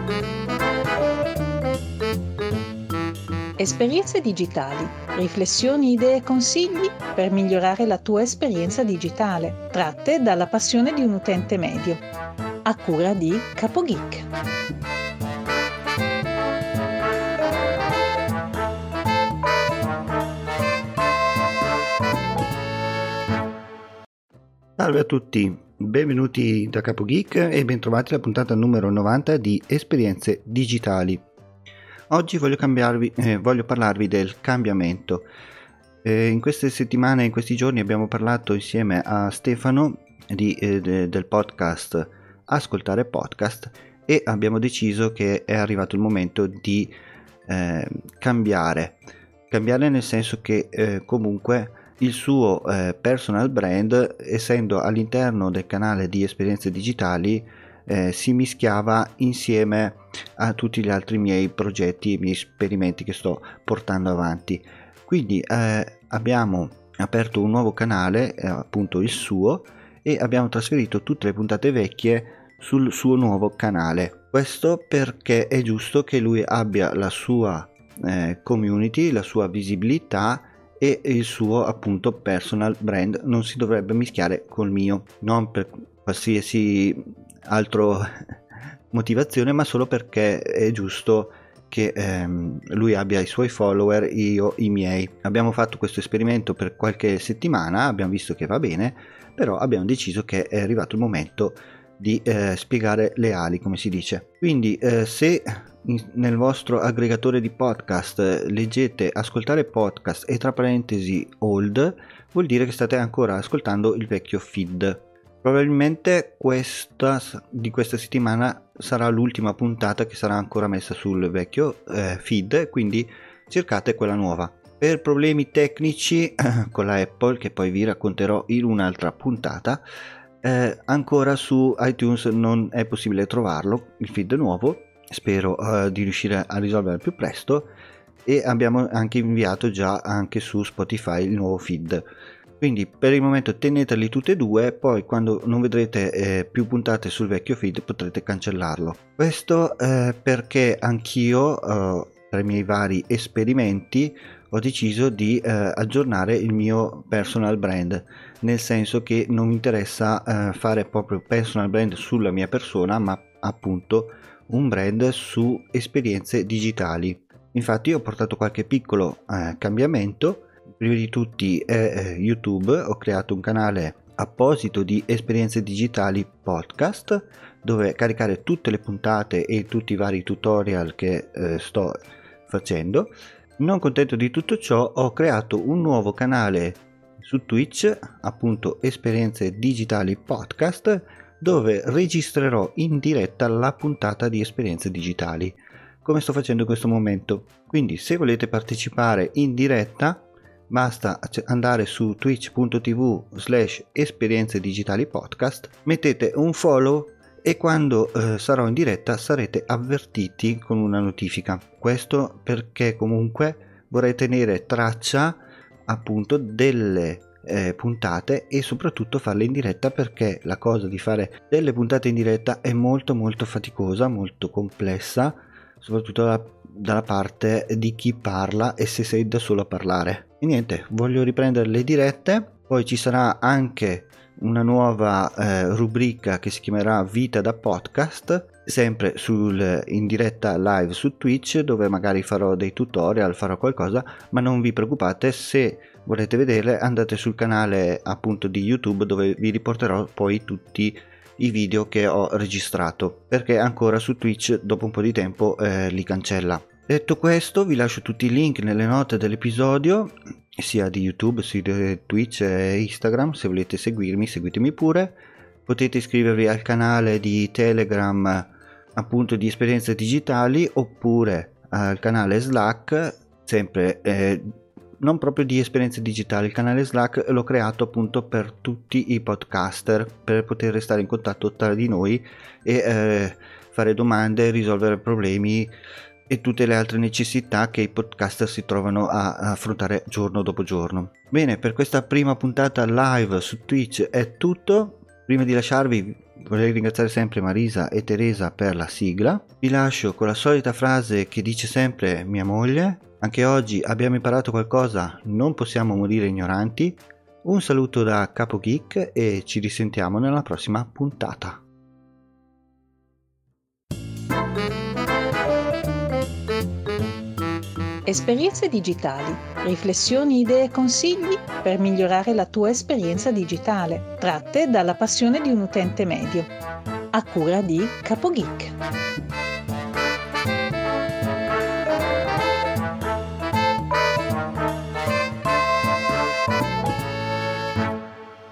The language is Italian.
Esperienze digitali, riflessioni, idee e consigli per migliorare la tua esperienza digitale, tratte dalla passione di un utente medio, a cura di CapoGeek. Salve a tutti, benvenuti da CapoGeek e bentrovati alla puntata numero 90 di Esperienze digitali. Oggi voglio parlarvi del cambiamento. In queste settimane, in questi giorni abbiamo parlato insieme a Stefano del podcast Ascoltare Podcast e abbiamo deciso che è arrivato il momento di cambiare nel senso che comunque il suo personal brand, essendo all'interno del canale di Esperienze digitali, si mischiava insieme a tutti gli altri miei progetti e miei esperimenti che sto portando avanti. Quindi abbiamo aperto un nuovo canale, appunto il suo, e abbiamo trasferito tutte le puntate vecchie sul suo nuovo canale. Questo perché è giusto che lui abbia la sua community, la sua visibilità e il suo appunto personal brand non si dovrebbe mischiare col mio, non per qualsiasi altro motivazione, ma solo perché è giusto che lui abbia i suoi follower, io i miei. Abbiamo fatto questo esperimento per qualche settimana, abbiamo visto che va bene, però abbiamo deciso che è arrivato il momento di spiegare le ali, come si dice. Quindi se nel vostro aggregatore di podcast leggete Ascoltare Podcast e tra parentesi old, vuol dire che state ancora ascoltando il vecchio feed. Probabilmente questa settimana sarà l'ultima puntata che sarà ancora messa sul vecchio feed, quindi cercate quella nuova. Per problemi tecnici con la Apple, che poi vi racconterò in un'altra puntata, ancora su iTunes non è possibile trovarlo, il feed nuovo. Spero di riuscire a risolvere al più presto, e abbiamo anche inviato già anche su Spotify il nuovo feed. Quindi per il momento teneteli tutte e due, poi quando non vedrete più puntate sul vecchio feed potrete cancellarlo. Questo perché anch'io tra i miei vari esperimenti ho deciso di aggiornare il mio personal brand, nel senso che non mi interessa fare proprio personal brand sulla mia persona, ma appunto un brand su esperienze digitali. Infatti ho portato qualche piccolo cambiamento. Prima di tutti è YouTube. Ho creato un canale apposito di Esperienze digitali podcast, dove caricare tutte le puntate e tutti i vari tutorial che sto facendo. Non contento di tutto ciò, ho creato un nuovo canale su Twitch, appunto Esperienze digitali podcast, dove registrerò in diretta la puntata di Esperienze digitali, come sto facendo in questo momento. Quindi se volete partecipare in diretta basta andare su twitch.tv/esperienze digitali podcast, mettete un follow e quando sarò in diretta sarete avvertiti con una notifica. Questo perché comunque vorrei tenere traccia appunto delle puntate e soprattutto farle in diretta, perché la cosa di fare delle puntate in diretta è molto faticosa, molto complessa, soprattutto dalla parte di chi parla e se sei da solo a parlare. E niente, voglio riprendere le dirette. Poi ci sarà anche una nuova rubrica che si chiamerà Vita da Podcast, sempre in diretta live su Twitch, dove magari farò dei tutorial, farò qualcosa, ma non vi preoccupate, se volete vederle andate sul canale appunto di YouTube, dove vi riporterò poi tutti i video che ho registrato, perché ancora su Twitch dopo un po' di tempo li cancella. Detto questo, vi lascio tutti i link nelle note dell'episodio, sia di YouTube sia di Twitch e Instagram. Se volete seguirmi, seguitemi pure. Potete iscrivervi al canale di Telegram appunto di Esperienze digitali, oppure al canale Slack, sempre non proprio di Esperienze digitali. Il canale Slack l'ho creato appunto per tutti i podcaster, per poter restare in contatto tra di noi e fare domande, risolvere problemi e tutte le altre necessità che i podcaster si trovano a affrontare giorno dopo giorno. Bene, per questa prima puntata live su Twitch è tutto. Prima di lasciarvi Vorrei ringraziare sempre Marisa e Teresa per la sigla. Vi lascio con la solita frase che dice sempre mia moglie: anche oggi abbiamo imparato qualcosa, non possiamo morire ignoranti. Un saluto da Capo Geek e ci risentiamo nella prossima puntata. Esperienze digitali, riflessioni, idee e consigli per migliorare la tua esperienza digitale, tratte dalla passione di un utente medio, a cura di Capo Geek.